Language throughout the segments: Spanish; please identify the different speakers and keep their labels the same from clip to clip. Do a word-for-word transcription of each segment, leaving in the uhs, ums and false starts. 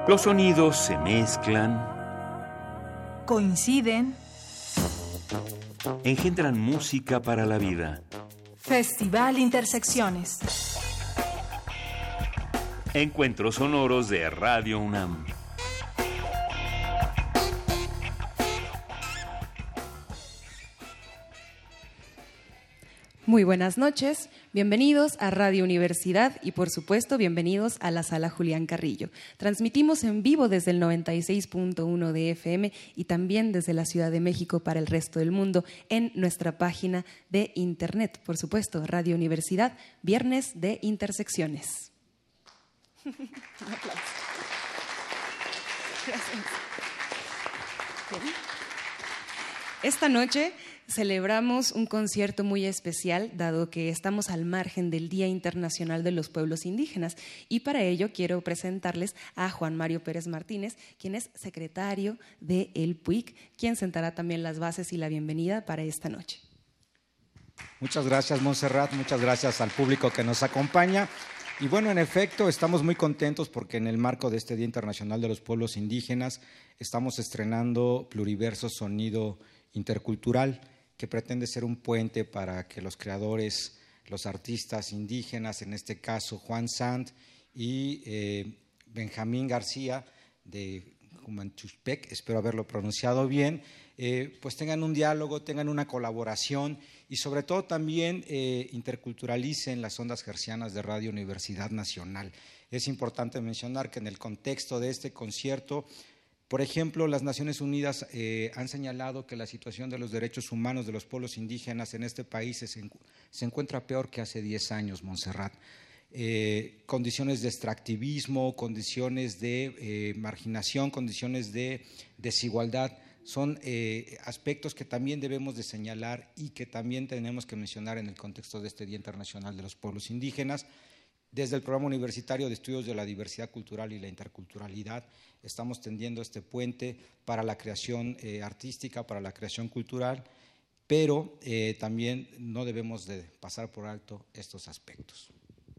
Speaker 1: Los sonidos se mezclan,
Speaker 2: coinciden,
Speaker 1: engendran música para la vida.
Speaker 2: Festival Intersecciones.
Speaker 1: Encuentros sonoros de Radio UNAM.
Speaker 3: Muy buenas noches, bienvenidos a Radio Universidad y por supuesto bienvenidos a la Sala Julián Carrillo. Transmitimos en vivo desde el noventa y seis punto uno de F M y también desde la Ciudad de México para el resto del mundo en nuestra página de internet, por supuesto, Radio Universidad, Viernes de Intersecciones. Un aplauso. Gracias. Bien. Esta noche celebramos un concierto muy especial, dado que estamos al margen del Día Internacional de los Pueblos Indígenas, y para ello quiero presentarles a Juan Mario Pérez Martínez, quien es secretario de el P U I C, quien sentará también las bases y la bienvenida para esta noche.
Speaker 4: Muchas gracias, Montserrat, muchas gracias al público que nos acompaña. Y bueno, en efecto, estamos muy contentos porque en el marco de este Día Internacional de los Pueblos Indígenas estamos estrenando Pluriverso Sonido Intercultural, que pretende ser un puente para que los creadores, los artistas indígenas, en este caso Juan Sant y eh, Benjamín García de Humanchuxpec, espero haberlo pronunciado bien, eh, pues tengan un diálogo, tengan una colaboración y sobre todo también eh, interculturalicen las ondas hertzianas de Radio Universidad Nacional. Es importante mencionar que en el contexto de este concierto, por ejemplo, las Naciones Unidas eh, han señalado que la situación de los derechos humanos de los pueblos indígenas en este país se, se encuentra peor que hace diez años, Montserrat. Eh, condiciones de extractivismo, condiciones de eh, marginación, condiciones de desigualdad, son eh, aspectos que también debemos de señalar y que también tenemos que mencionar en el contexto de este Día Internacional de los Pueblos Indígenas. Desde el Programa Universitario de Estudios de la Diversidad Cultural y la Interculturalidad estamos tendiendo este puente para la creación eh, artística, para la creación cultural, pero eh, también no debemos de pasar por alto estos aspectos.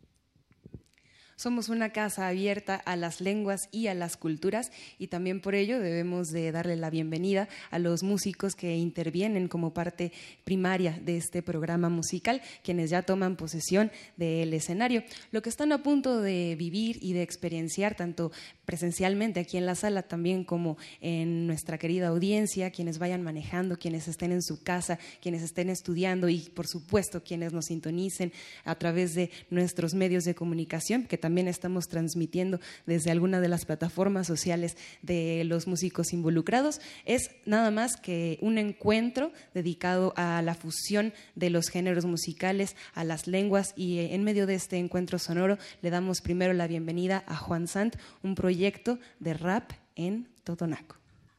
Speaker 3: Somos una casa abierta a las lenguas y a las culturas y también por ello debemos de darle la bienvenida a los músicos que intervienen como parte primaria de este programa musical, quienes ya toman posesión del escenario. Lo que están a punto de vivir y de experienciar tanto presencialmente aquí en la sala también como en nuestra querida audiencia, quienes vayan manejando, quienes estén en su casa, quienes estén estudiando y por supuesto quienes nos sintonicen a través de nuestros medios de comunicación, que también estamos transmitiendo desde alguna de las plataformas sociales de los músicos involucrados, es nada más que un encuentro dedicado a la fusión de los géneros musicales, a las lenguas, y en medio de este encuentro sonoro le damos primero la bienvenida a Juan Sant, un proyecto de rap en Totonaco.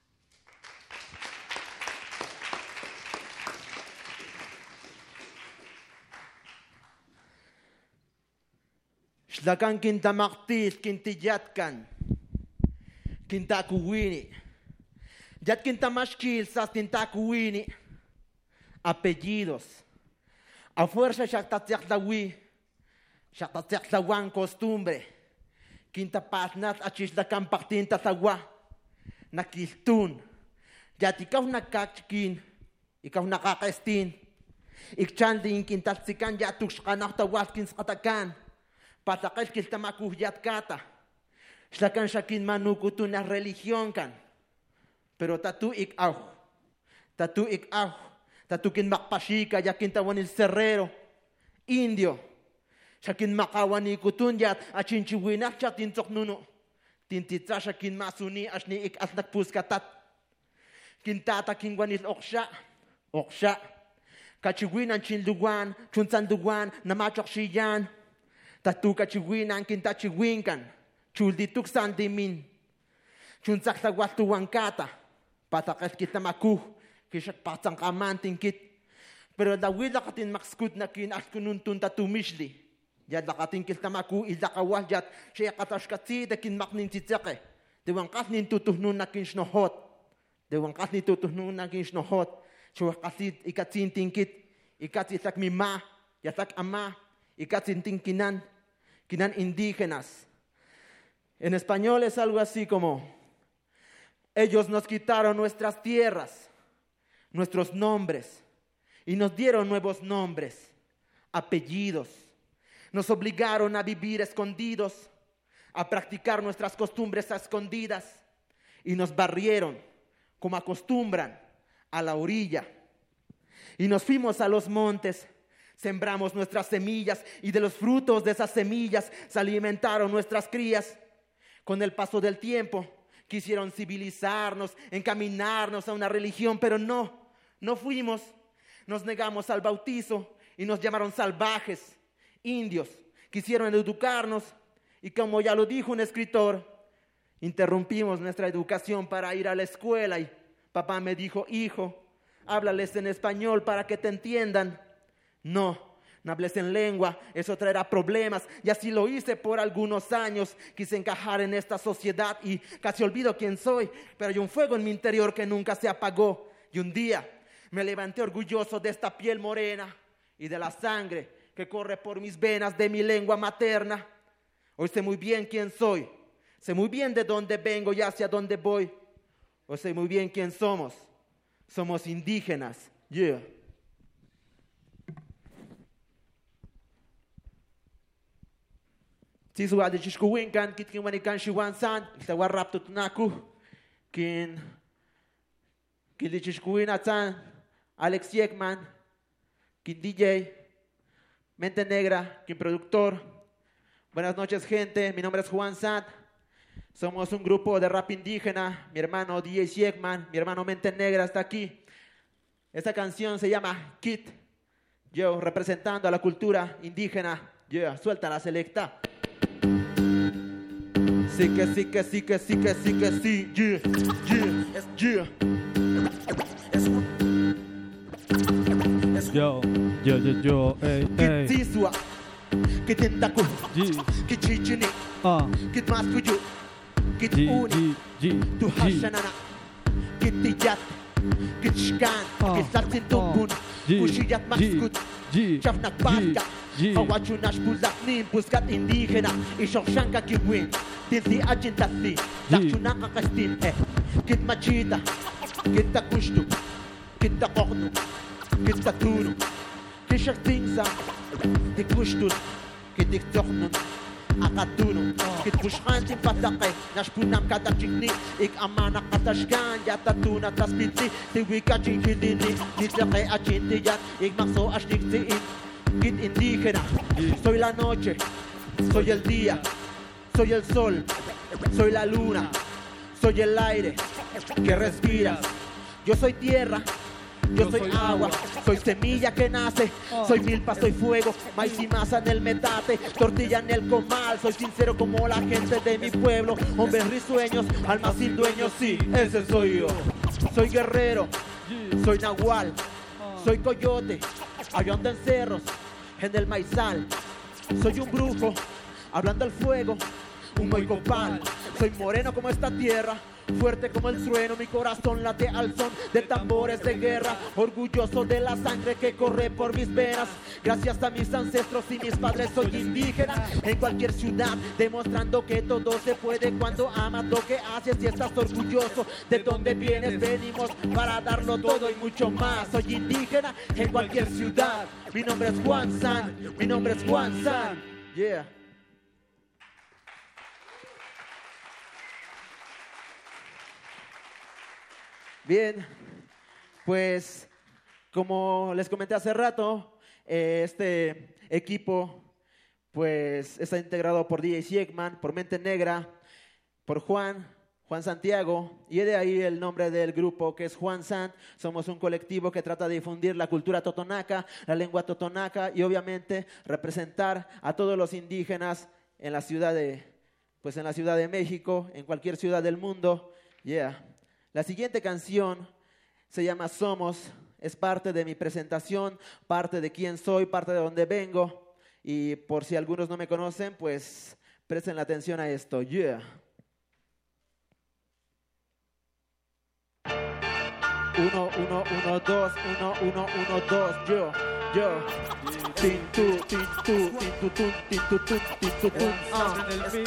Speaker 5: Shlakan kinta maktis, kinti yatkan, kinta kuwini. Yat kinta mashkil, sas kinta kuwini. Apellidos. A fuerza shaktatsiaktawi, shaktatsiaktawan costumbre. Kinta pasnat achishlakan paktinta tawa. Nakiltun. Yat ikaw nakachkin, ikaw nakakestin. Ikchandin kintatsikan yatukshkanak tawaskin skatakan. Patakal kiltamakuh yatkata. Shlakan shakin manukutun na religión kan. Pero tatu ik au. Tatu ik au. Tatu kin makpashika yakin tawan il serrero. Indio. Shakin makawani kutun yat achinchiwinak chatin tsoknuno. Tintitsa shakin masuni ashni ik asnak puskatat. Kintata kingwanil oksha. Oksha. Kachiwinan chinduwan, chunsanduwan, namachokshiyan. Tatu kachiwinan kintachiwinkan, chuldituk sandimin, chunsaktawatuwankata, patakal kitamakuh, kishak patsangkamantin kit. Pero dawila katin makskut na kin askununtun tatumishli. Yad lakatin kiltamakuh ilakawah yat siya katashkatsi da kin maknin titsake. Dewangkas nin tutuhnun na kin shnohot. Dewangkas nin tutuhnun na kin shnohot. Siya ikatsin tinkit, ikatsin mima, yasak ama, ikatsintin kinan, kinan indígenas. En español es algo así como: ellos nos quitaron nuestras tierras, nuestros nombres, y nos dieron nuevos nombres, apellidos. Nos obligaron a vivir escondidos, a practicar nuestras costumbres a escondidas, y nos barrieron, como acostumbran, a la orilla. Y nos fuimos a los montes, sembramos nuestras semillas, y de los frutos de esas semillas se alimentaron nuestras crías. Con el paso del tiempo quisieron civilizarnos, encaminarnos a una religión, pero no, no fuimos. Nos negamos al bautizo y nos llamaron salvajes, indios. Quisieron educarnos y, como ya lo dijo un escritor, interrumpimos nuestra educación para ir a la escuela y papá me dijo: hijo, háblales en español para que te entiendan. No. No hables en lengua, eso traerá problemas. Y así lo hice por algunos años. Quise encajar en esta sociedad y casi olvido quién soy. Pero hay un fuego en mi interior que nunca se apagó. Y un día me levanté orgulloso de esta piel morena y de la sangre que corre por mis venas de mi lengua materna. Hoy sé muy bien quién soy. Sé muy bien de dónde vengo y hacia dónde voy. Hoy sé muy bien quién somos. Somos indígenas. Yeah. Si su ade chishkuwin kan kit kin wani kan shiwan san ta warap tut naku kin kin di chishkuwin atsan Alex Yekman kin D J Mente Negra kin productor. Buenas noches, gente, mi nombre es Juan Sant. Somos un grupo de rap indígena. Mi hermano D J Yekman, mi hermano Mente Negra está aquí. Esta canción se llama Kit. Yo representando a la cultura indígena. Yeah, suelta la selecta. Sí que sí que sí que sí que sí que sí, yeah, yeah, es yeah. Es es
Speaker 6: yo, yo, yo, yo, ey, ey.
Speaker 5: Kit Siswa, Kit Intaku,
Speaker 6: Yeah.
Speaker 5: Kit Chichini,
Speaker 6: Ah,
Speaker 5: Kit Maskuju, Kit
Speaker 6: G,
Speaker 5: Uni,
Speaker 6: G, G,
Speaker 5: Tu
Speaker 6: G.
Speaker 5: Hashanana, Kit Tiyat, Kit Shkan,
Speaker 6: Ah,
Speaker 5: Kit Satsin Tumbun,
Speaker 6: G,
Speaker 5: Kushiyat Maskut,
Speaker 6: G,
Speaker 5: Chafnak
Speaker 6: G,
Speaker 5: Paska,
Speaker 6: G.
Speaker 5: Hawachunash Puzaknin, Puskat Indígena, y Shokshanka Kiwin, Tinsi Ajintasi, Lakchunaka Kastin, eh, Kit Machita, Kit Takushtu, Kit Takoknu, Kit Taturu, Kit Shaktingsa, Kit Kushtun, Kit Tiktoknun, Akatunu, Kit Kushkantin Patake, Nashpunam Katachikni, Ik Amana Katashkan, Yatatuna Taspitsi, Tiwika Chinkidini, Nitlake Achintiyat, Ik Maxo Ashniktiin, Kit Indígena, soy la noche, soy el día, soy el sol, soy la luna, soy el aire que respiras. Yo soy tierra, yo soy agua, soy semilla que nace, soy milpa, soy fuego, maíz y masa en el metate, tortilla en el comal, soy sincero como la gente de mi pueblo, hombres risueños, almas sin dueños, sí, ese soy yo. Soy guerrero, soy nahual, soy coyote, avión en cerros, en el maizal, soy un brujo, hablando al fuego, humo y copal, soy moreno como esta tierra, fuerte como el trueno, mi corazón late al son de tambores de guerra, orgulloso de la sangre que corre por mis venas, gracias a mis ancestros y mis padres soy indígena, en cualquier ciudad, demostrando que todo se puede cuando amas lo que haces y estás orgulloso de donde vienes, venimos para darlo todo y mucho más, soy indígena en cualquier ciudad, mi nombre es Juan Sant, mi nombre es Juan Sant, yeah. Bien, pues como les comenté hace rato, eh, este equipo pues está integrado por D J Yekman, por Mente Negra, por Juan, Juan Santiago, y de ahí el nombre del grupo que es Juan Sant. Somos un colectivo que trata de difundir la cultura totonaca, la lengua totonaca y obviamente representar a todos los indígenas en la ciudad de, pues en la Ciudad de México, en cualquier ciudad del mundo. Yeah. La siguiente canción se llama Somos, es parte de mi presentación, parte de quién soy, parte de dónde vengo. Y por si algunos no me conocen, pues presten la atención a esto. Yeah. Uno, uno, uno, dos, uno, uno, uno, dos, yo. Yo, tin tu, tin tu, tin tu, tun, tin tu, tun, tin tu, tun. Ah.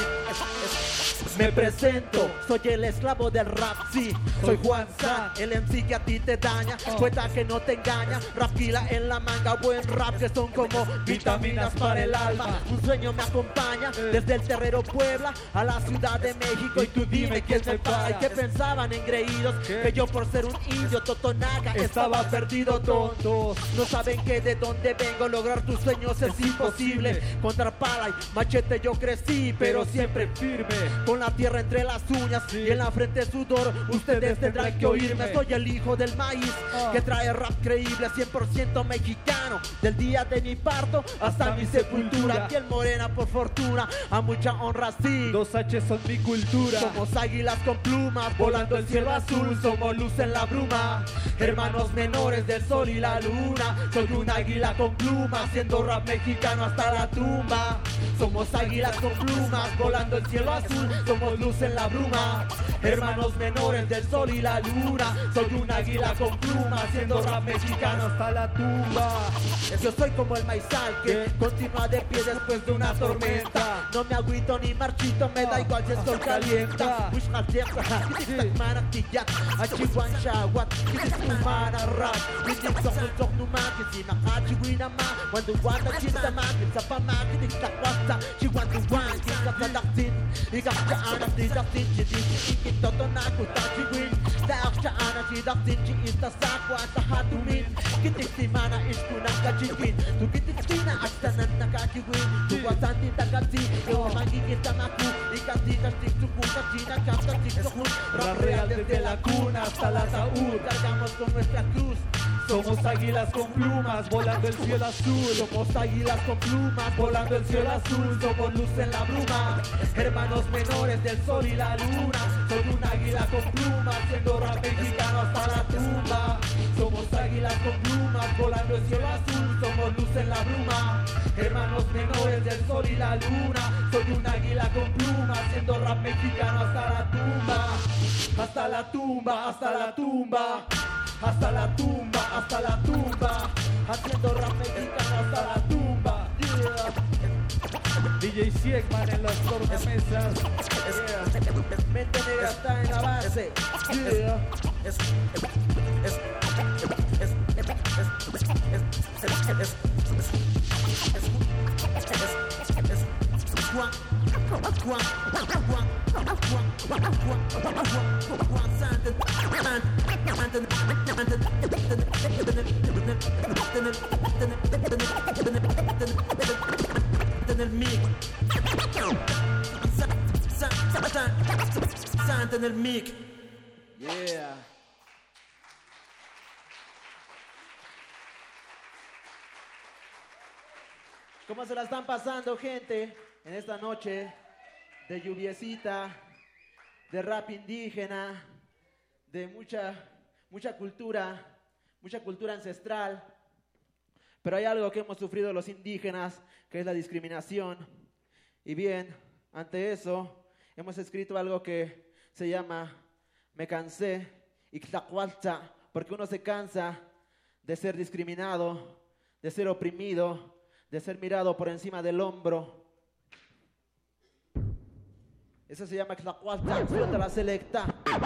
Speaker 5: Me presento, soy el esclavo del rap, sí. Soy Juan San, el M C que a ti te daña, poeta que no te engaña, rapquila en la manga, buen rap que son como vitaminas para el alma. Un sueño me acompaña desde el Terrero Puebla a la Ciudad de México. Y tú dime quién me para y qué pensaban engreídos que yo por ser un indio totonaca estaba perdido, tontos. No saben que de dónde vengo, lograr tus sueños es imposible. Contra pala y machete yo crecí, pero siempre firme, con la tierra entre las uñas y en la frente sudor. Ustedes tendrán que oírme, soy el hijo del maíz que trae rap creíble, cien por ciento mexicano. Del día de mi parto hasta mi sepultura, piel morena por fortuna, a mucha honra sí.
Speaker 6: Dos H son mi cultura.
Speaker 5: Somos águilas con plumas, volando el cielo azul, somos luz en la bruma, hermanos menores del sol y la luna. Soy un águila con plumas, siendo rap mexicano hasta la tumba. Somos águilas con plumas, volando el cielo azul, somos luz en la bruma, hermanos menores del sol y la luna. Soy un águila con plumas, siendo rap mexicano hasta la tumba. Yo soy como el maizal que continúa de pie después de una tormenta. No me agüito ni marchito, me da igual si el sol calienta. Wish my death, kitik mana tiyat, achiwan shawat, kitik umana rap. Kitik sok sok numan, kitik nakachiwi nama. Wando wanda chita man, kitik pa man, kitik takwasta. Chiwan tuwan, kitik sadaktin, ikak chaanak didaktin, kitik ikik totonak utachiwin. Daak chaanak didaktin, chiis na sakwa sa hatumin. Kitik si mana iskunang kachikin, tu kitik sina aksanan nakachiwin. Tuwasan din takati, yo magiging tamaku, ikati na stik sukuka china chanta stik sukun. Rap real desde la cuna hasta la ataúd, cargamos con nuestra cruz. Somos águilas con plumas, volando el cielo azul. Somos águilas con plumas, volando el cielo azul. Somos luz en la bruma, hermanos menores del sol y la luna. Soy un águila con plumas, siendo rap mexicano hasta la tumba. Somos águilas con plumas, volando el cielo azul. Somos luz en la bruma, hermanos menores del sol y la luna. Soy un águila con plumas, siendo rap mexicano hasta la tumba. Hasta la tumba, hasta la tumba. Hasta la tumba, hasta la tumba, haciendo rap mexicano hasta la tumba. Yeah.
Speaker 6: D J Siegman en las tornamesas.
Speaker 5: Yeah. Mente negra está en la base. Yeah. Es, es, es, es, en el mic, Santa en el mic. Yeah. ¿Cómo se la están pasando, gente, en esta noche de lluviecita, de rap indígena, de mucha, mucha cultura, mucha cultura ancestral? Pero hay algo que hemos sufrido los indígenas, que es la discriminación. Y bien, ante eso, hemos escrito algo que se llama Me cansé, Ixtacualta, porque uno se cansa de ser discriminado, de ser oprimido, de ser mirado por encima del hombro. Eso se llama Ixtacualta, suelta la selecta.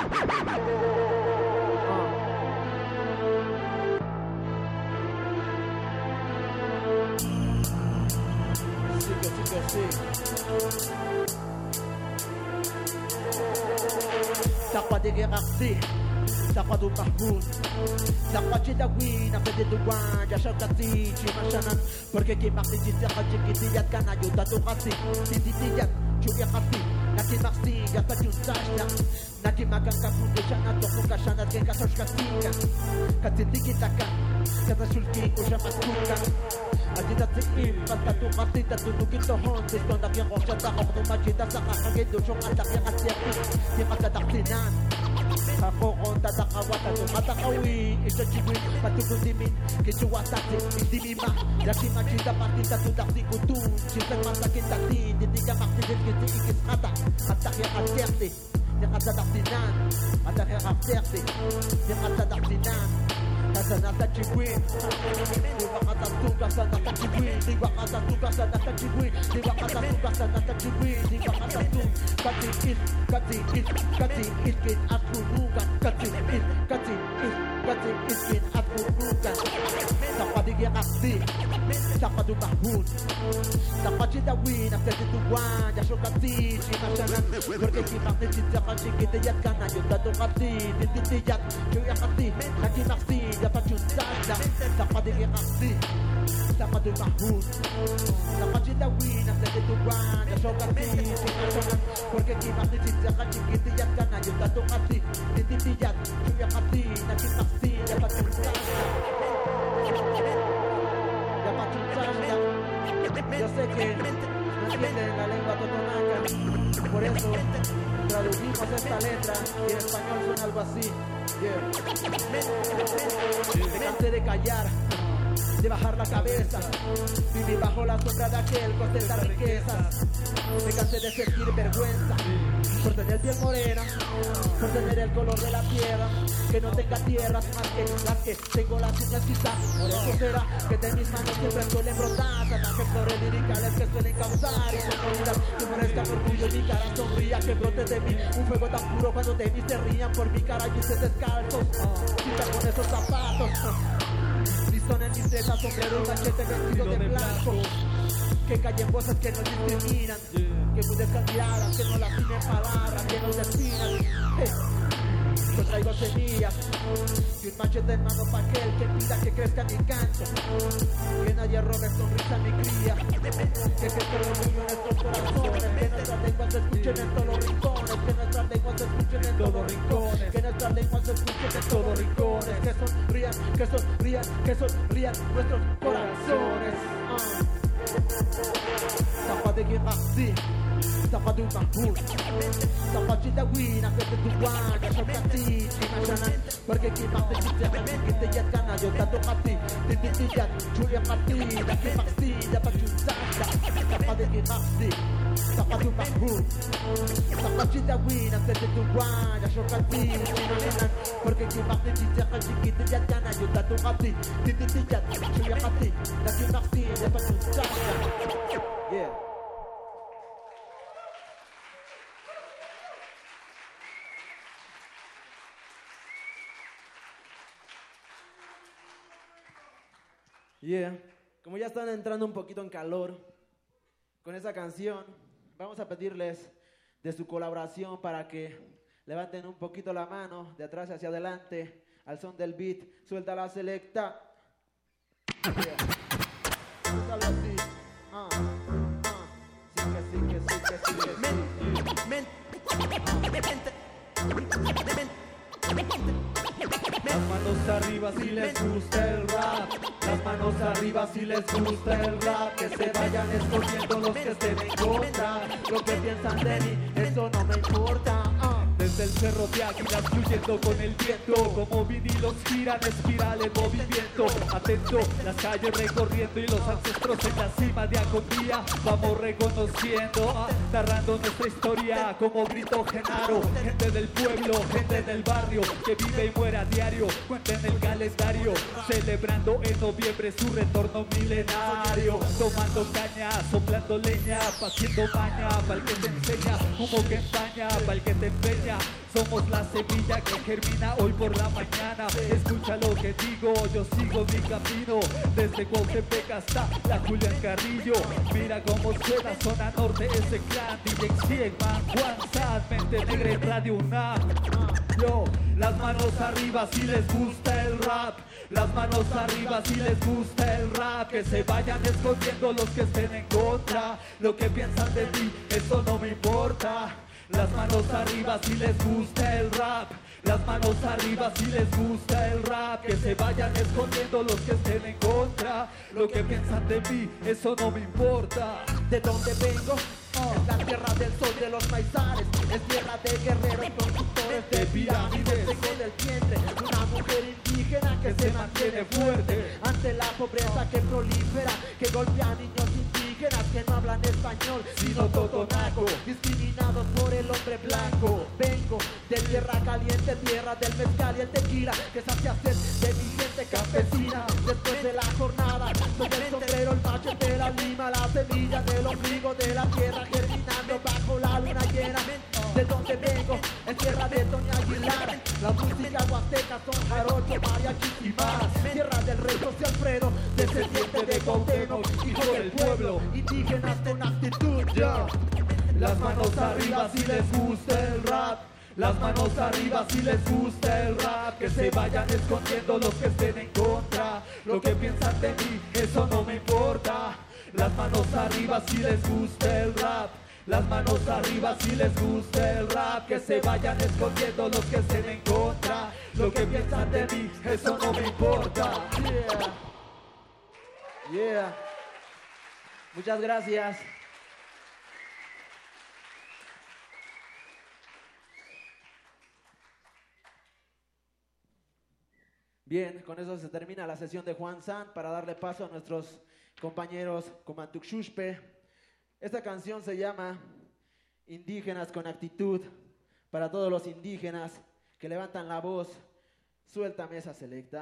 Speaker 5: Takwa de geraksi, takwa du mahmoud, takwa chidawi na pwede duwan, ya shakati chimashanan, porque ki maksi chitaka chikitiyat ka na yuta tu kasi, tititiyat chuya kasi, naki maksi ya ta chuntasya, naki makan ka punto shana toko ka shana ke ka soshkatika, katitikitaka, kata shulki ko siya maskuka. Agita tiin, basta tu katita tunukin to hontis. Kung nakin ko siya takok tumagita sa kakagin do siyong atak yung asyaki. Di matadaksinan ako kong tatakawata tumatakawi. Isa chiwin, patukundimin, kisuwatati, indimima. Daki machita patita tudaksi kutun. Sisang masakin takti, hindi ka maksidin kiti ikis kata. Atak yung asyaki, yung katadaksinan. Atak yung asyaki, yung katadaksinan. Kasa nasa chiwin, di makatatung. chiwi, di wakata tu kasa nata chiwi, di wakata tu kasa nata chiwi, di wakata tu kati it, kati it, kati it kin aku bukan, kati it, kati it, kati it kin aku bukan. Dapat dia kasih, dapat tu bahun, dapat cinta win, dapat tu wan, jauh kati, cinta jangan berkeci mati cinta kati kita jat kan ayo datu kati, tinti jat, cuy kati, lagi nasi dapat cinta, dapat dia kasih, dapat tu bahun, dapat cinta win, dapat tu wan, jauh kati, cinta jangan berkeci mati cinta kati kita jat kan ayo datu kati, tinti jat, cuy kati, lagi nasi dapat cinta. Yo sé que no entienden la lengua totonaca, por eso traducimos esta letra y en español suena algo así. Yeah. Me cansé de callar, de bajar la cabeza, viví bajo la sombra de aquel con tantas riquezas. Me cansé de sentir vergüenza por tener piel morena, por tener el color de la tierra, que no tenga tierras más que las que tengo las uñas quizás. Por eso será que de mis manos siempre suelen brotar salvajes flores liricales que suelen causar incomodidad, que merezca orgullo y mi cara sonría, que brote de mí un fuego tan puro cuando de mí se rían por mi cara y ustedes descalzos, quizás con esos zapatos. Listón en mis tetas, sombrero y machete vestido de blanco, que callen voces que no discriminan, que mudezcan miradas, que no lastimen palabras, que no despinan. Eh. Yo traigo semillas y un machete en mano pa' aquel que pida que crezca mi canto, que nadie robe sonrisa a mi cría, que crezca el orgullo en estos corazones, que nuestras lenguas se escuchen en todos los rincones, que nuestras lenguas se escuchen en todos los rincones, que nuestras lenguas se escuchen en todos los rincones, que sonrían, que sonrían, que sonrían nuestros corazones. Tapa de quien así, tapa de un bambú, tapa de wina, que te tu guarda, yo cati, chimachanan, porque quien más te chicha, que te ya cana, yo tato cati, te te te ya, chulia partida, que maxida, pa' chusata, tapa de quien así, tapa de un bambú, tapa de wina, que te tu guarda, yo cati, chimachanan, porque quien más te chicha, que te ya cana, yo tato cati, te te te ya, chulia cati, que maxida, pa' chusata. Yeah. Yeah. Como ya están entrando un poquito en calor con esa canción, vamos a pedirles de su colaboración para que levanten un poquito la mano de atrás hacia adelante al son del beat. Suelta la selecta. Yeah. Suéltalo así. Ah, ah. Sí que sí que sí que sí que sí. Men, men, las manos arriba si les gusta el rap, las manos arriba si les gusta el rap, que se vayan escogiendo los que estén en contra, lo que piensan de mí, eso no me importa. Uh. Desde el cerro de Águilas fluyendo con el viento, como vinilos giran espiral en movimiento, atento, las calles recorriendo y los ancestros en la cima de agonía, vamos reconociendo, uh, narrando nuestra historia como grito Genaro, gente del pueblo, gente del barrio, que vive y muere a diario, cuenten el calendario, celebrando en noviembre su retorno milenario, tomando caña, soplando leña, haciendo maña, pa'l que te enseña, humo que empaña, pa'l que te empeña, somos la semilla que germina hoy por la mañana, escucha lo que digo, yo sigo mi camino, desde Cuautepec hasta la Julián Carrillo, mira cómo suena zona norte ese clan, D J Siegman, Juan Sad, Mente Negra en Radio UNAM. Yo, las manos arriba si les gusta el rap, las manos arriba si les gusta el rap, que se vayan escondiendo los que estén en contra, lo que piensan de mí, eso no me importa. Las manos arriba si les gusta el rap, las manos arriba si les gusta el rap, que se vayan escondiendo los que estén en contra, lo que piensan de mí, eso no me importa. ¿De dónde vengo? Oh. Es la tierra del sol de los maizares, es tierra de guerreros, constructores de pirámides, tengo del vientre una mujer indígena que se mantiene fuerte ante la pobreza que prolifera, que golpea a niños indígenas indígenas que no hablan español, sino totonaco, discriminados por el hombre blanco. Vengo de tierra caliente, tierra del mezcal y el tequila, que sacia sed de mi gente campesina. Después de la jornada, soy el sombrero, el machete, la lima, la semilla del ombligo de la tierra, germinando bajo la luna llena. De donde vengo, en tierra de Doña Aguilar, la música huasteca son jarocho, mariachi y más. Tierra del rey José Alfredo, descendiente de Cuauhtémoc, hijo del pueblo, indígenas con actitud, ya. Las manos arriba si les gusta el rap. Las manos arriba si les gusta el rap. Que se vayan escondiendo los que estén en contra. Lo que piensan de mí, eso no me importa. Las manos arriba si les gusta el rap. Las manos arriba si les gusta el rap. Que se vayan escondiendo los que estén en contra. Lo que piensan de mí, eso no me importa. Yeah. Yeah. Muchas gracias. Bien, con eso se termina la sesión de Juan San para darle paso a nuestros compañeros Comantuc Xuxpe. Esta canción se llama Indígenas con Actitud, para todos los indígenas que levantan la voz. Suéltame esa selecta.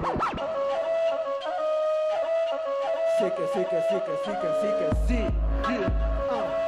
Speaker 5: Sí que sí que sí que sí que sí que sí. Yeah. Uh.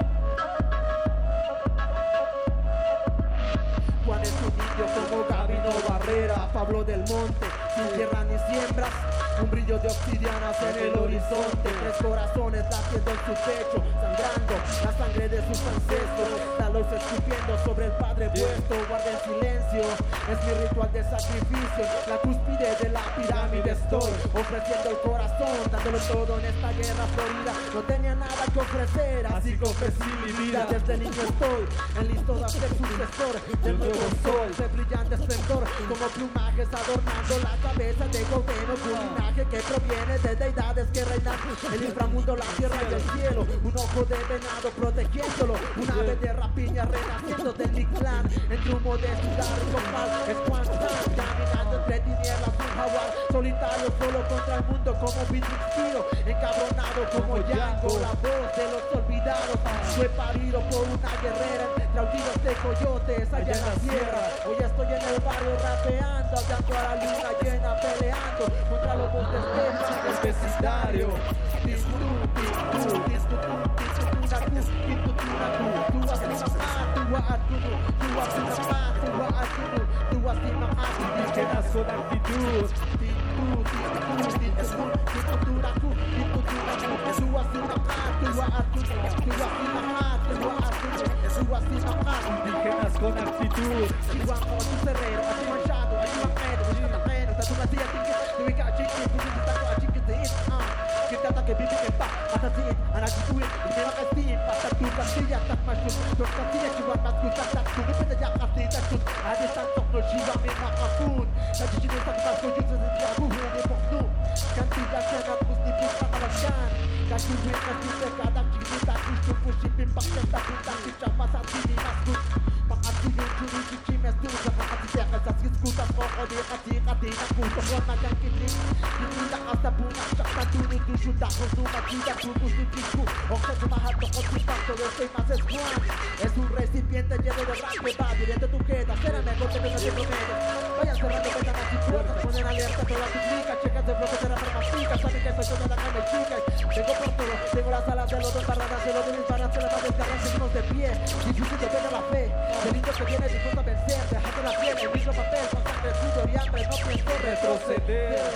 Speaker 5: Juan es un indio como Gabino Barrera, Pablo del Monte, sin tierra ni siembras, un brillo de obsidianas en el horizonte, tres corazones latiendo en su pecho, sangrando la sangre de sus ancestros, la luz escupiendo sobre el Padre vuestro, guarda en silencio, es mi ritual de sacrificio, la cúspide de la pirámide estoy, ofreciendo el corazón, dándolo todo en esta guerra florida, no tenía nada que ofrecer, así que ofrecí mi vida, desde niño estoy, en listo de ser sucesor del nuevo sol, de brillante esplendor, como plumajes adornando la cabeza de Cuauhtémoc, un linaje que proviene de deidades que reinan el inframundo, la tierra y el cielo, un ojo de venado protegiéndolo, un ave de rapiña renaciendo del Mictlán, entre humo de ciudad y copal, es Juan San, caminando entre tinieblas, un jaguar solitario, solo contra el mundo como Pitrixpiro, encabronado como Yango, la voz de los olvidados, fue parido por una guerrera entre aullidos de coyotes allá en la sierra, hoy estoy en el barrio rapeando, hallando a la luna llena, peleando contra los montes del vecindario. Indígenas con actitud. Indígenas con actitud. Kita que vive en paz, hasta ti, anakikuin, minera kasih, pasal tu kasih tak masuk, tu kasih jiwa masuk tak tu, kita jak kasih tak tu, ada santok no jiwa memang akun, jadi jiwa tak masuk jiwa aku ni waktu, kan tidak kena mesti bisa kalahkan, kasih duit kasih sekadang jiwa tak tu pusing pimpang tak tak kita pasal sini masuk, pakat tu yang curi cuci mestu, jangan hati saya kasih skuter kau dia kasih kasih aku, semua makan kini, ini tak asa punya cakap tu ni tu sudah consuma vida tu tu tu ojo tu mahat tu con tu pacto de este más es Juan es un recipiente lleno de rap que va directo a tu queda será mejor que tengas el promedio vayan cerrando ventanas y puertas poner alerta toda tu clica checas de bloques de la farmacéutica saben que soy toda la carne chica tengo por todo tengo las alas de los dos barradas de los de mis barras se las va a descargar seguimos de pie difícil de ver la fe delitos que viene dispuesto a vencer dejate la piel el mismo papel con sangre suyo y hambre no pienso retroceder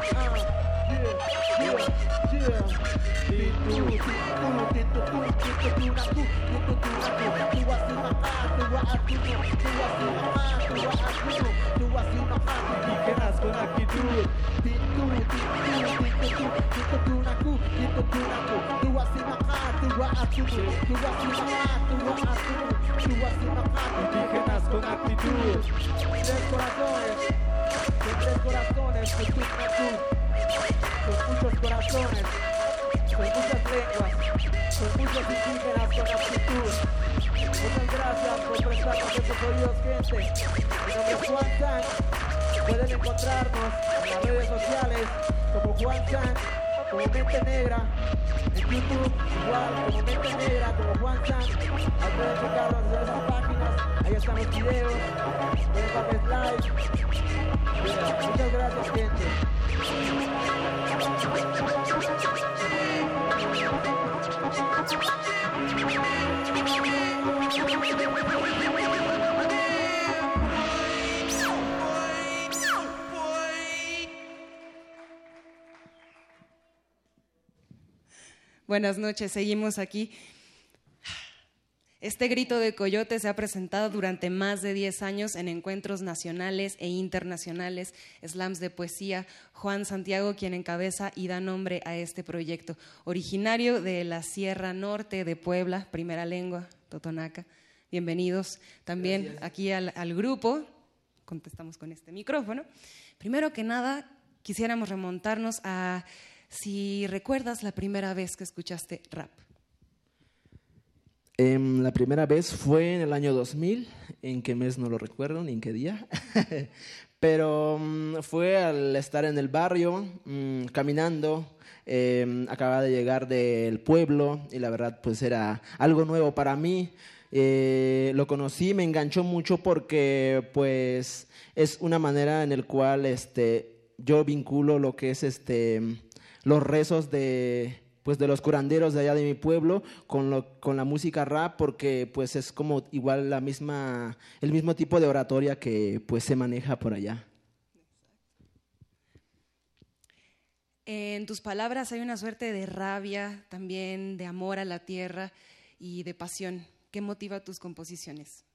Speaker 5: Yeah, yeah, yeah. Titu, titu, titu, titu, titu, aku, titu, aku, tua si maka, tua aku, tua si maka, tua aku, tua si maka. Indígenas con actitud. Titu, titu, titu, titu, aku, titu, aku, tua si maka, tua aku, tua si maka, tua aku, tua si maka. Indígenas con actitud. Tres corazones, tres corazones, titu, aku. Son muchos corazones, son muchas lenguas, son muchos indígenas con actitud. Muchas gracias por prestarnos estos oídos, gente. Mi nombre es Juan San. Pueden encontrarnos en las redes sociales como Juan San como Mente Negra, en YouTube igual como Mente Negra, como Juan Sant, ahí pueden checarlos en esas páginas, ahí están los videos, pueden darles like. Yeah, muchas gracias, gente.
Speaker 3: Buenas noches, seguimos aquí. Este grito de coyote se ha presentado durante más de diez años en encuentros nacionales e internacionales, slams de poesía. Juan Santiago, quien encabeza y da nombre a este proyecto, originario de la Sierra Norte de Puebla, primera lengua, totonaca. Bienvenidos también Gracias. Aquí al, al grupo. Contestamos con este micrófono. Primero que nada, quisiéramos remontarnos a si recuerdas la primera vez que escuchaste rap.
Speaker 7: Eh, la primera vez fue en el año dos mil, en qué mes no lo recuerdo, ni en qué día, pero um, fue al estar en el barrio, um, caminando, eh, acababa de llegar del pueblo y la verdad pues era algo nuevo para mí. Eh, lo conocí, me enganchó mucho porque pues es una manera en la cual este, yo vinculo lo que es este, los rezos de... pues de los curanderos de allá de mi pueblo con lo, con la música rap, porque pues es como igual la misma el mismo tipo de oratoria que pues se maneja por allá.
Speaker 3: En tus palabras hay una suerte de rabia, también de amor a la tierra y de pasión. ¿Qué motiva tus composiciones?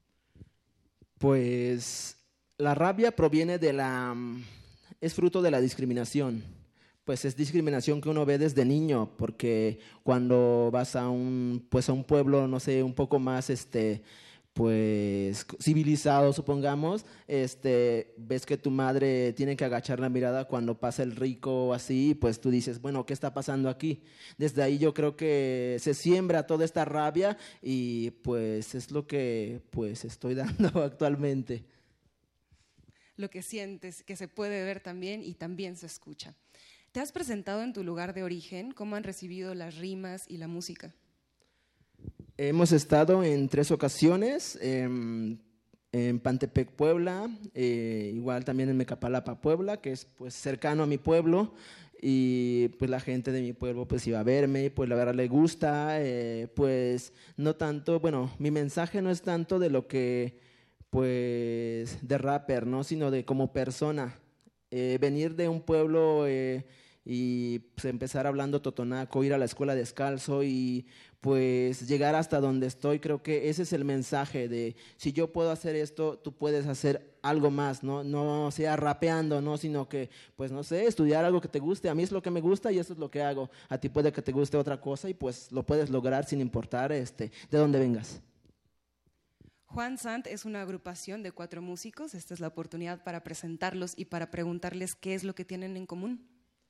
Speaker 7: Pues la rabia proviene de la es fruto de la discriminación. Pues es discriminación que uno ve desde niño, porque cuando vas a un, pues a un pueblo, no sé, un poco más, este, pues civilizado, supongamos, este, ves que tu madre tiene que agachar la mirada cuando pasa el rico o así, pues tú dices, bueno, ¿qué está pasando aquí? Desde ahí yo creo que se siembra toda esta rabia y pues es lo que pues estoy dando actualmente.
Speaker 3: Lo que sientes, que se puede ver también y también se escucha. ¿Te has presentado en tu lugar de origen? ¿Cómo han recibido las rimas y la música?
Speaker 7: Hemos estado en tres ocasiones, en, en Pantepec, Puebla, eh, igual también en Mecapalapa, Puebla, que es pues cercano a mi pueblo, y pues la gente de mi pueblo pues iba a verme, pues la verdad le gusta, eh, pues no tanto, bueno, mi mensaje no es tanto de lo que, pues, de rapper, ¿no? Sino de como persona, eh, venir de un pueblo... Eh, y pues empezar hablando totonaco, ir a la escuela descalzo y pues llegar hasta donde estoy. Creo que ese es el mensaje de si yo puedo hacer esto, tú puedes hacer algo más, no, no sea rapeando, no, sino que pues no sé, estudiar algo que te guste. A mí es lo que me gusta y eso es lo que hago. A ti puede que te guste otra cosa y pues lo puedes lograr sin importar este, de dónde vengas.
Speaker 3: Juan Sant es una agrupación de cuatro músicos. Esta es la oportunidad para presentarlos y para preguntarles qué es lo que tienen en común.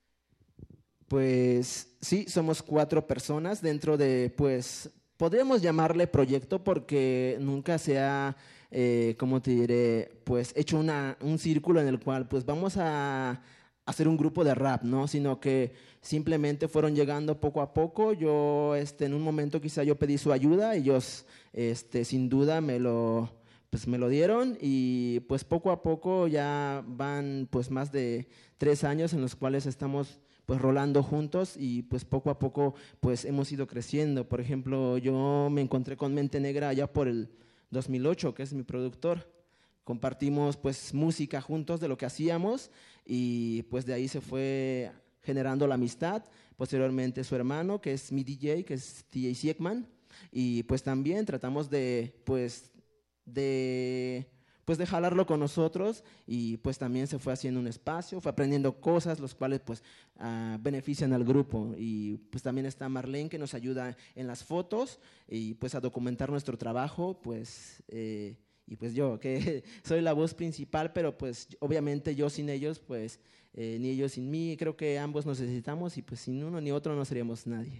Speaker 7: Pues sí, somos cuatro personas dentro de, pues, podríamos llamarle proyecto porque nunca se ha, eh, ¿cómo te diré? Pues hecho una, un círculo en el cual, pues, vamos a hacer un grupo de rap, ¿no? Sino que simplemente fueron llegando poco a poco. Yo, este, en un momento quizá yo pedí su ayuda, ellos, este, sin duda me lo, pues, me lo dieron y, pues, poco a poco ya van, pues, más de tres años en los cuales estamos pues rolando juntos y pues poco a poco pues hemos ido creciendo. Por ejemplo, yo me encontré con Mente Negra allá por el dos mil ocho, que es mi productor. Compartimos pues música juntos de lo que hacíamos y pues de ahí se fue generando la amistad. Posteriormente su hermano, que es mi D J, que es D J Siegman, y pues también tratamos de pues de pues de jalarlo con nosotros y pues también se fue haciendo un espacio, fue aprendiendo cosas los cuales pues uh, benefician al grupo y pues también está Marlene que nos ayuda en las fotos y pues a documentar nuestro trabajo pues eh, y pues yo que soy la voz principal pero pues obviamente yo sin ellos pues eh, ni ellos sin mí, creo que ambos nos necesitamos y pues sin uno ni otro no seríamos nadie.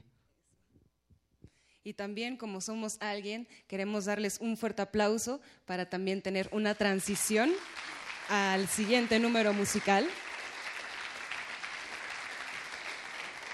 Speaker 3: Y también, como somos alguien, queremos darles un fuerte aplauso para también tener una transición al siguiente número musical.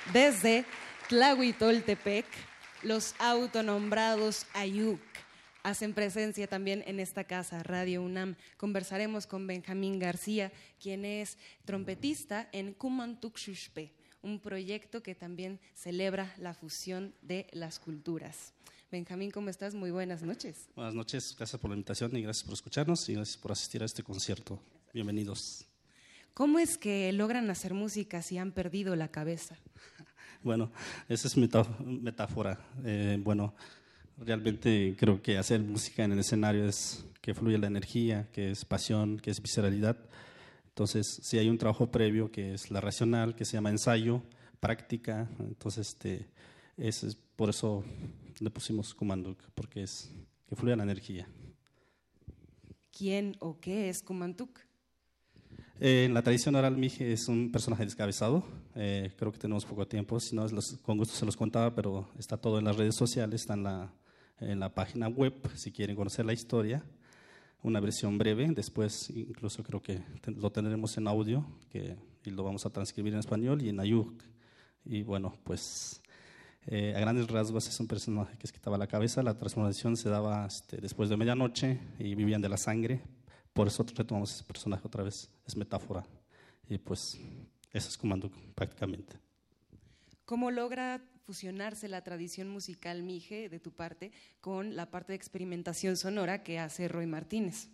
Speaker 3: Desde Tlahuitoltepec, los autonombrados Ayuk hacen presencia también en esta casa, Radio UNAM. Conversaremos con Benjamín García, quien es trompetista en Kumantukshushpe, un proyecto que también celebra la fusión de las culturas. Benjamín, ¿cómo estás? Muy buenas noches.
Speaker 8: Buenas noches, gracias por la invitación y gracias por escucharnos y gracias por asistir a este concierto. Bienvenidos.
Speaker 3: ¿Cómo es que logran hacer música si han perdido la cabeza?
Speaker 8: Bueno, esa es metáfora. Eh, bueno, realmente creo que hacer música en el escenario es que fluye la energía, que es pasión, que es visceralidad. Entonces, sí hay un trabajo previo que es la racional, que se llama ensayo, práctica. Entonces, este, es, es por eso le pusimos Kumanduk, porque es que fluye la energía.
Speaker 3: ¿Quién o qué es Kumantuk?
Speaker 8: Eh, en la tradición oral, Mije es un personaje descabezado. Eh, creo que tenemos poco tiempo, si no, los, con gusto se los contaba, pero está todo en las redes sociales, está en la, en la página web, si quieren conocer la historia. Una versión breve, después incluso creo que ten, lo tendremos en audio que, y lo vamos a transcribir en español y en Ayuk. Y bueno, pues eh, a grandes rasgos es un personaje que se quitaba la cabeza. La transformación se daba este, después de medianoche y vivían de la sangre. Por eso retomamos ese personaje otra vez, es metáfora. Y pues eso es Kumanduk prácticamente.
Speaker 3: ¿Cómo logra fusionarse la tradición musical Mije de tu parte con la parte de experimentación sonora que hace Roy Martínez?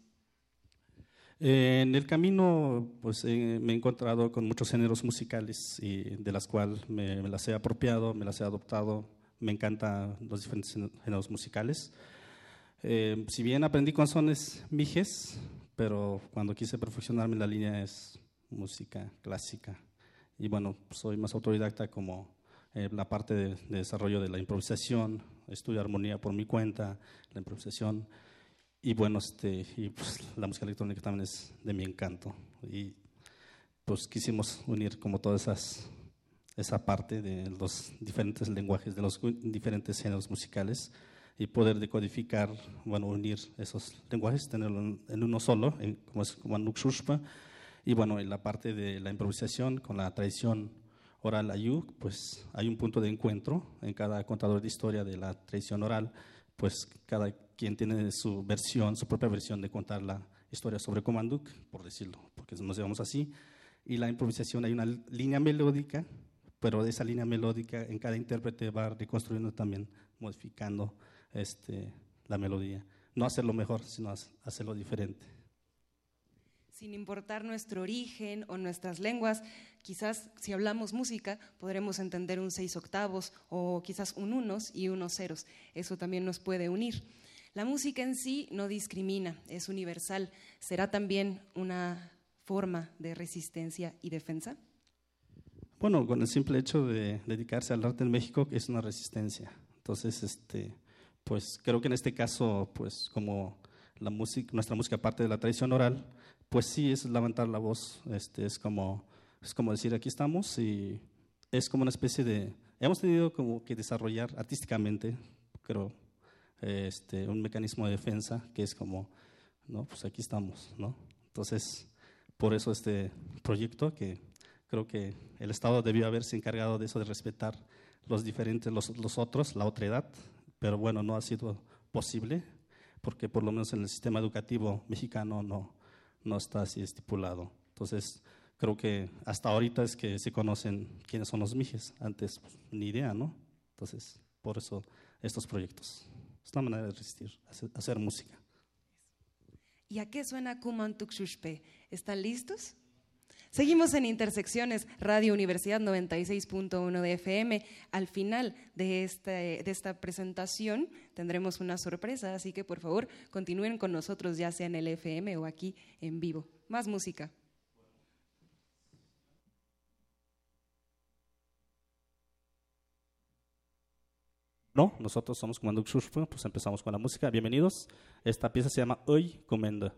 Speaker 8: Eh, en el camino pues, eh, me he encontrado con muchos géneros musicales y de las cuales me, me las he apropiado, me las he adoptado. Me encantan los diferentes géneros musicales. Eh, si bien aprendí con sones mijes, pero cuando quise perfeccionarme en la línea es música clásica. Y bueno, soy más autodidacta como eh, la parte de, de desarrollo de la improvisación, estudio armonía por mi cuenta, la improvisación. Y bueno, este, y pues, la música electrónica también es de mi encanto. Y pues quisimos unir como toda esas, esa parte de los diferentes lenguajes, de los diferentes géneros musicales y poder decodificar, bueno, unir esos lenguajes, tenerlo en, en uno solo, en, como es como Nukshushpa. Y bueno, en la parte de la improvisación con la tradición oral Ayuk, pues hay un punto de encuentro en cada contador de historia de la tradición oral, pues cada quien tiene su versión, su propia versión de contar la historia sobre Kumanduk, por decirlo, porque nos llamamos así. Y la improvisación hay una línea melódica, pero de esa línea melódica en cada intérprete va reconstruyendo también, modificando este, la melodía. No hacerlo mejor, sino hacerlo diferente.
Speaker 3: Sin importar nuestro origen o nuestras lenguas, quizás si hablamos música podremos entender un seis octavos o quizás un unos y unos ceros. Eso también nos puede unir. La música en sí no discrimina, es universal. ¿Será también una forma de resistencia y defensa?
Speaker 8: Bueno, con el simple hecho de dedicarse al arte en México es una resistencia. Entonces, este, pues creo que en este caso, pues como la música, nuestra música parte de la tradición oral, pues sí es levantar la voz, este, es como, es como decir aquí estamos y es como una especie de, hemos tenido como que desarrollar artísticamente, creo, este, un mecanismo de defensa que es como, no, pues aquí estamos, ¿no? Entonces, por eso este proyecto que creo que el Estado debió haberse encargado de eso, de respetar los diferentes, los, los otros, la otredad, pero bueno, no ha sido posible porque por lo menos en el sistema educativo mexicano no no está así estipulado. Entonces, creo que hasta ahorita es que se conocen quiénes son los mijes. Antes, pues, ni idea, ¿no? Entonces, por eso estos proyectos. Es una manera de resistir, hacer, hacer música.
Speaker 3: ¿Y a qué suena Kumantukshushpe? ¿Están listos? Seguimos en Intersecciones, Radio Universidad noventa y seis punto uno de F M. Al final de, este, de esta presentación tendremos una sorpresa, así que por favor continúen con nosotros, ya sea en el F M o aquí en vivo. Más música.
Speaker 8: No, nosotros somos Kumantukshushpe, pues empezamos con la música. Bienvenidos. Esta pieza se llama Hoy Comenda.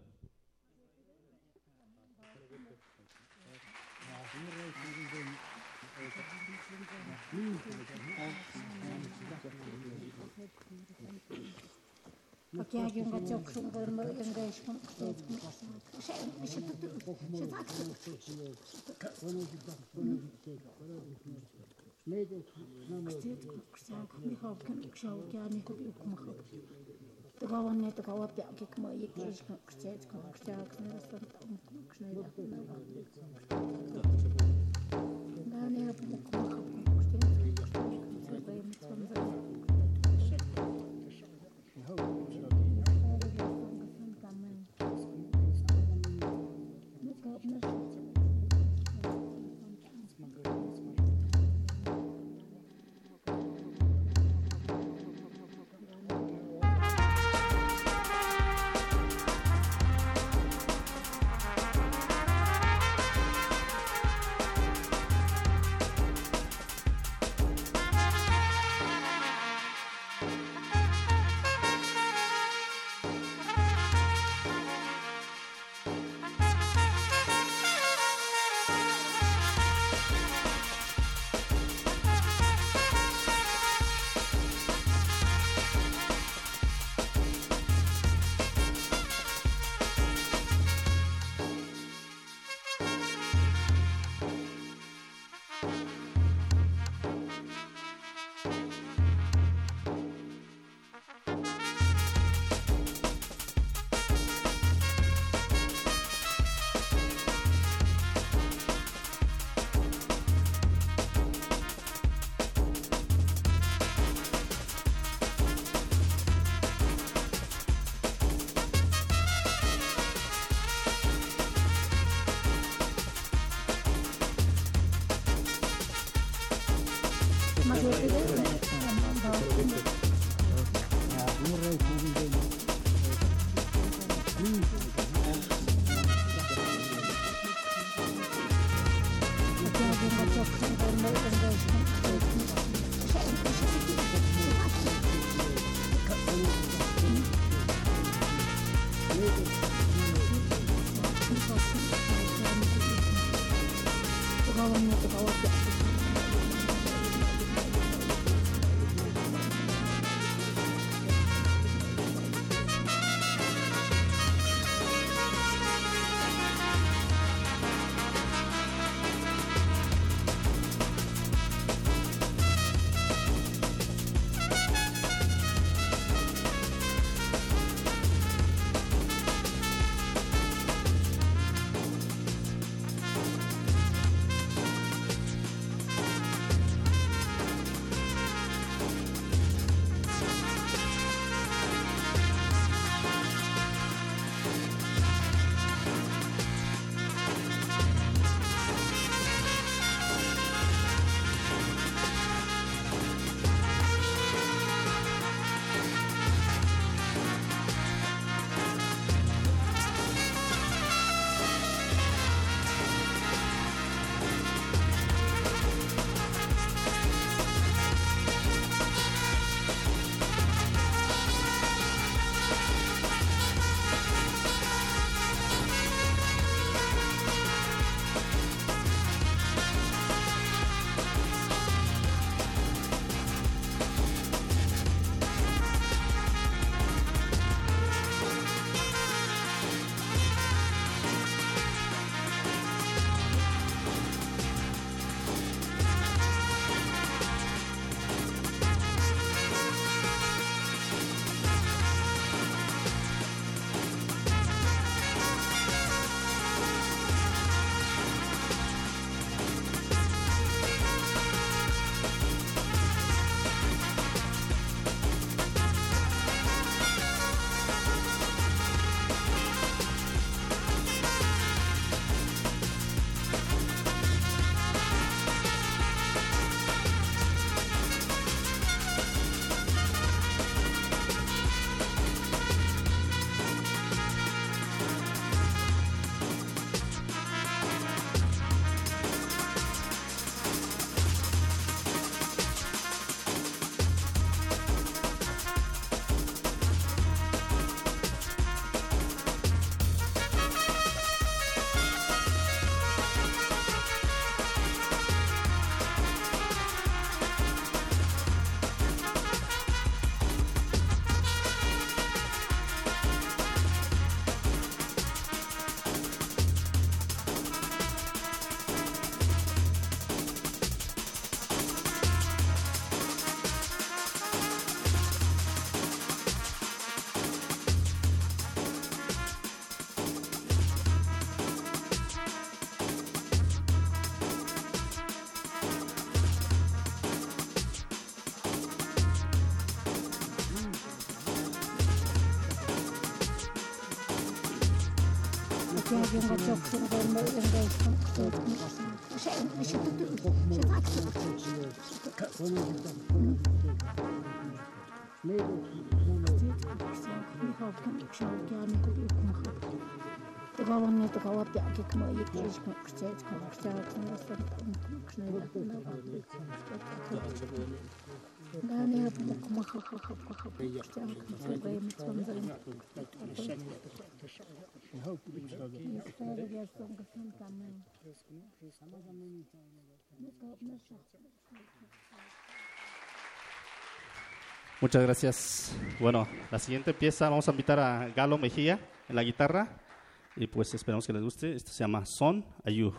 Speaker 8: Muchas gracias. Bueno, la siguiente pieza vamos a invitar a Galo Mejía en la guitarra y pues esperamos que les guste. Esto se llama Son Ayuk.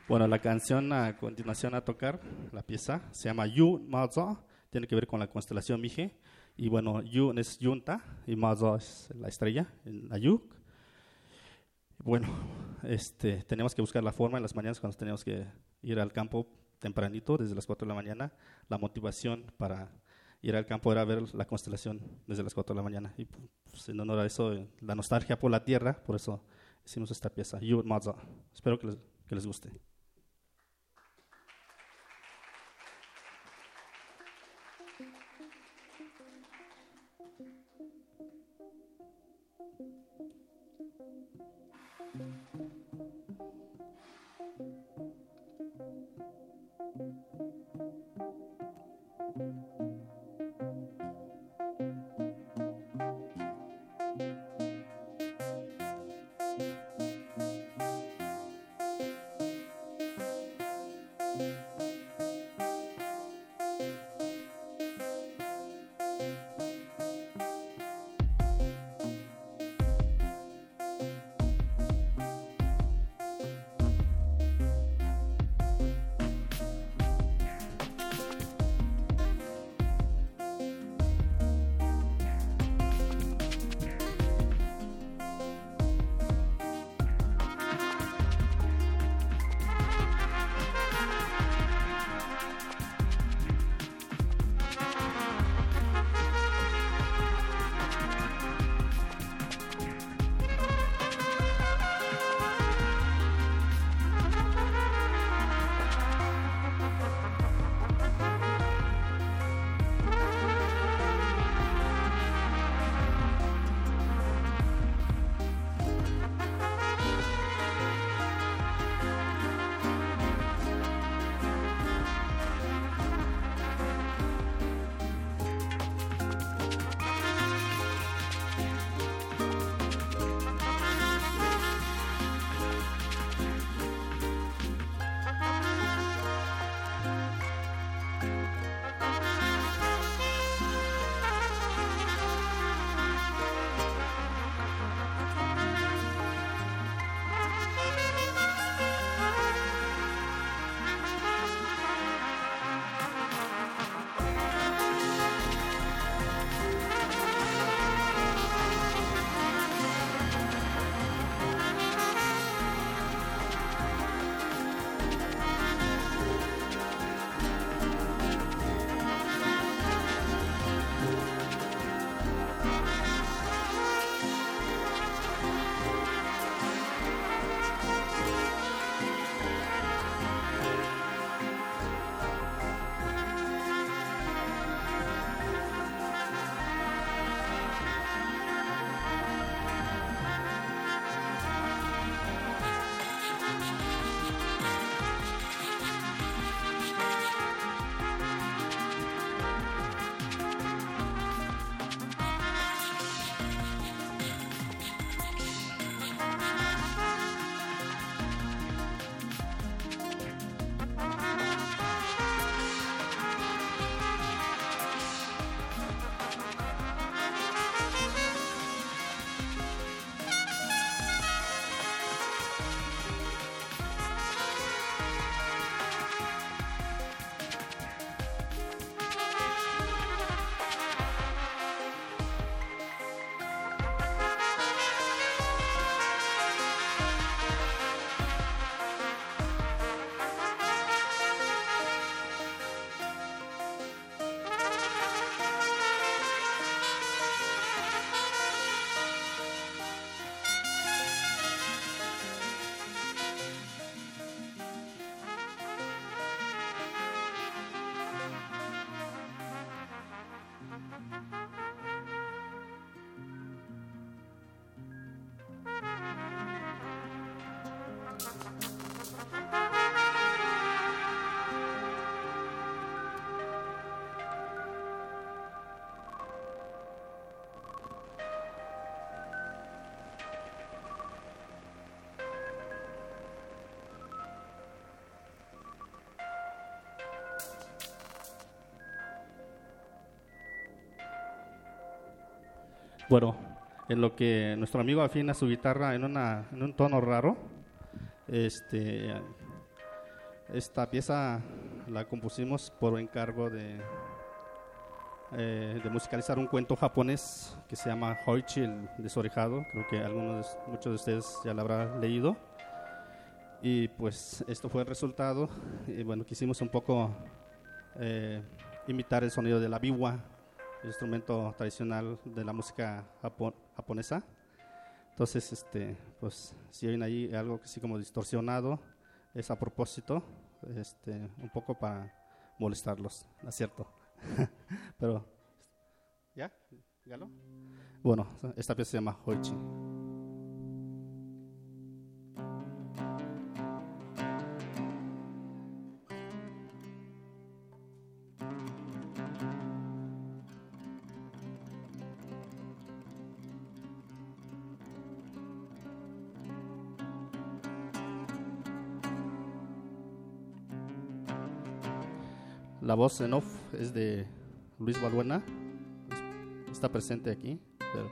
Speaker 8: Bueno, la canción a continuación a tocar, la pieza, se llama Yu Mazo, tiene que ver con la constelación Mije. Y bueno, Yun es Yunta y Mazo es la estrella, el Ayuk. Bueno, este, tenemos que buscar la forma en las mañanas cuando tenemos que ir al campo tempranito, desde las cuatro de la mañana. La motivación para ir al campo era ver la constelación desde las cuatro de la mañana. Y pues, en honor a eso, la nostalgia por la tierra, por eso hicimos esta pieza, Yun Mazo. Espero que les, que les guste. Bueno, en lo que nuestro amigo afina su guitarra en, una, en un tono raro, este, Esta pieza la compusimos por encargo de, eh, de musicalizar un cuento japonés que se llama Hoichi, el desorejado. Creo que algunos, muchos de ustedes ya lo habrán leído. Y pues esto fue el resultado. Y bueno, quisimos un poco eh, imitar el sonido de la biwa, el instrumento tradicional de la música japo- japonesa. Entonces, este, pues si oyen ahí algo así como distorsionado, es a propósito, este, un poco para molestarlos, ¿no es cierto? Pero, ¿ya? ¿Galo? Bueno, esta pieza se llama Hoichi. La voz en off es de Luis Balbuena, está presente aquí. Pero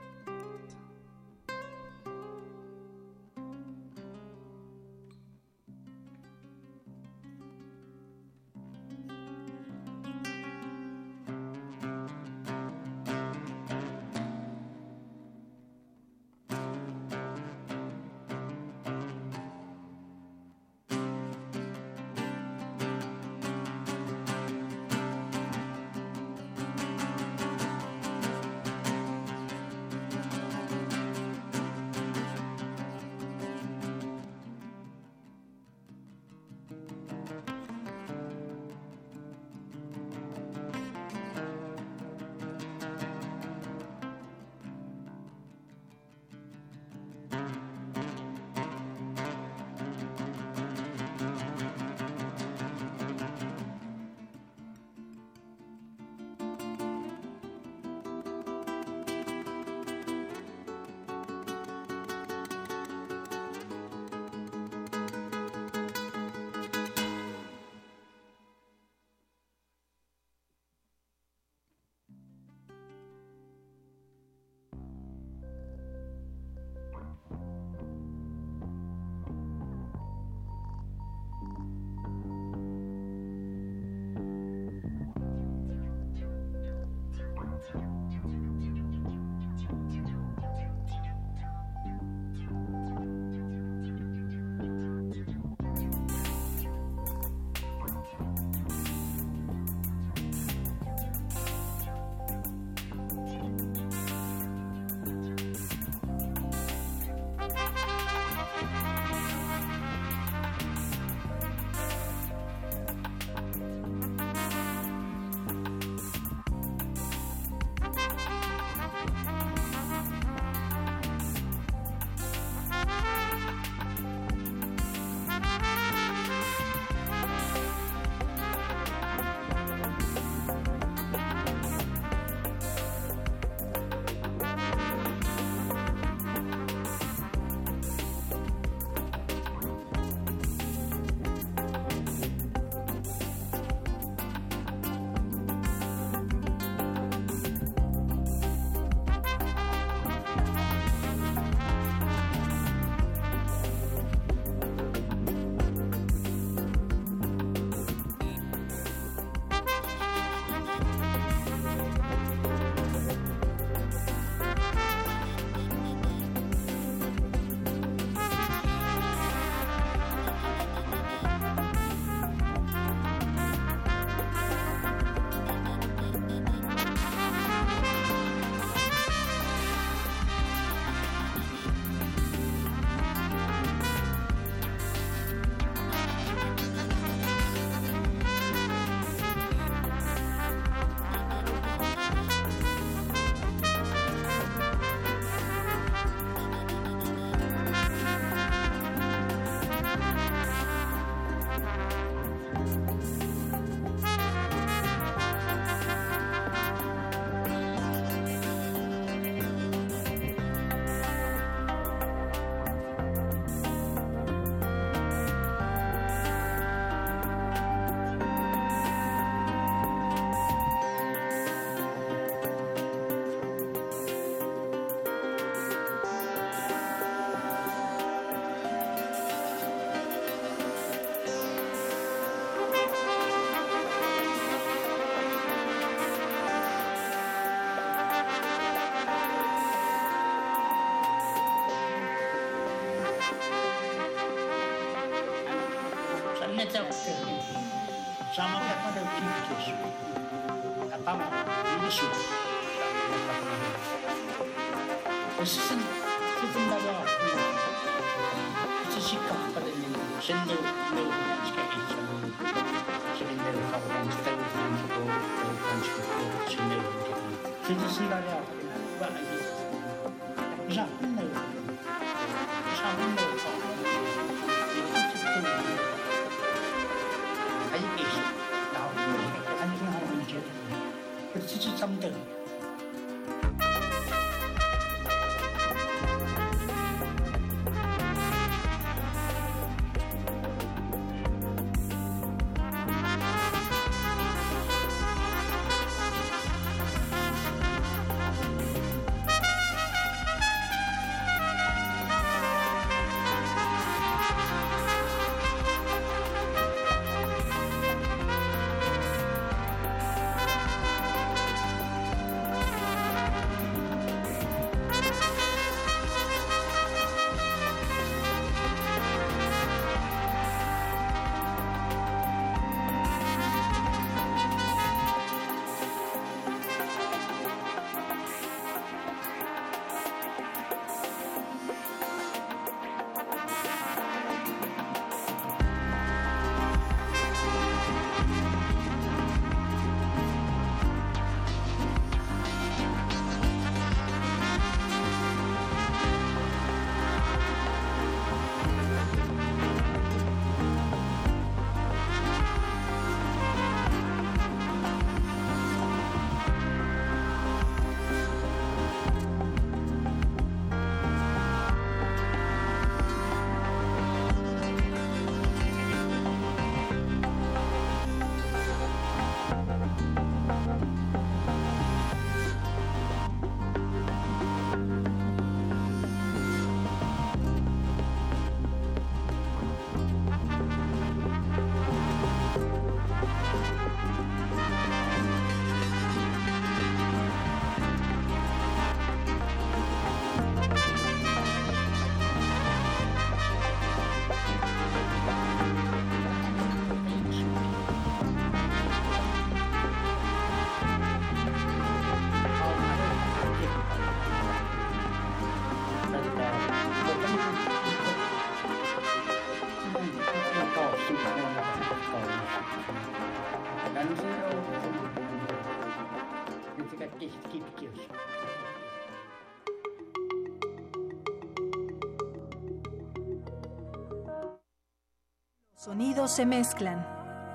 Speaker 2: Sonidos se mezclan,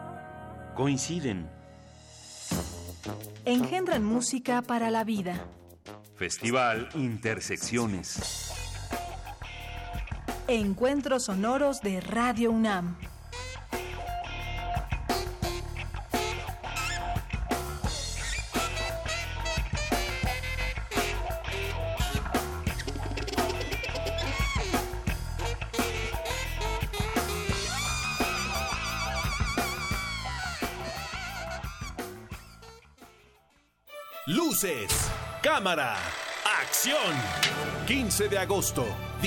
Speaker 1: coinciden,
Speaker 2: engendran música para la vida.
Speaker 1: Festival Intersecciones.
Speaker 2: Encuentros sonoros de Radio UNAM.
Speaker 9: Luces, cámara, acción. quince de agosto,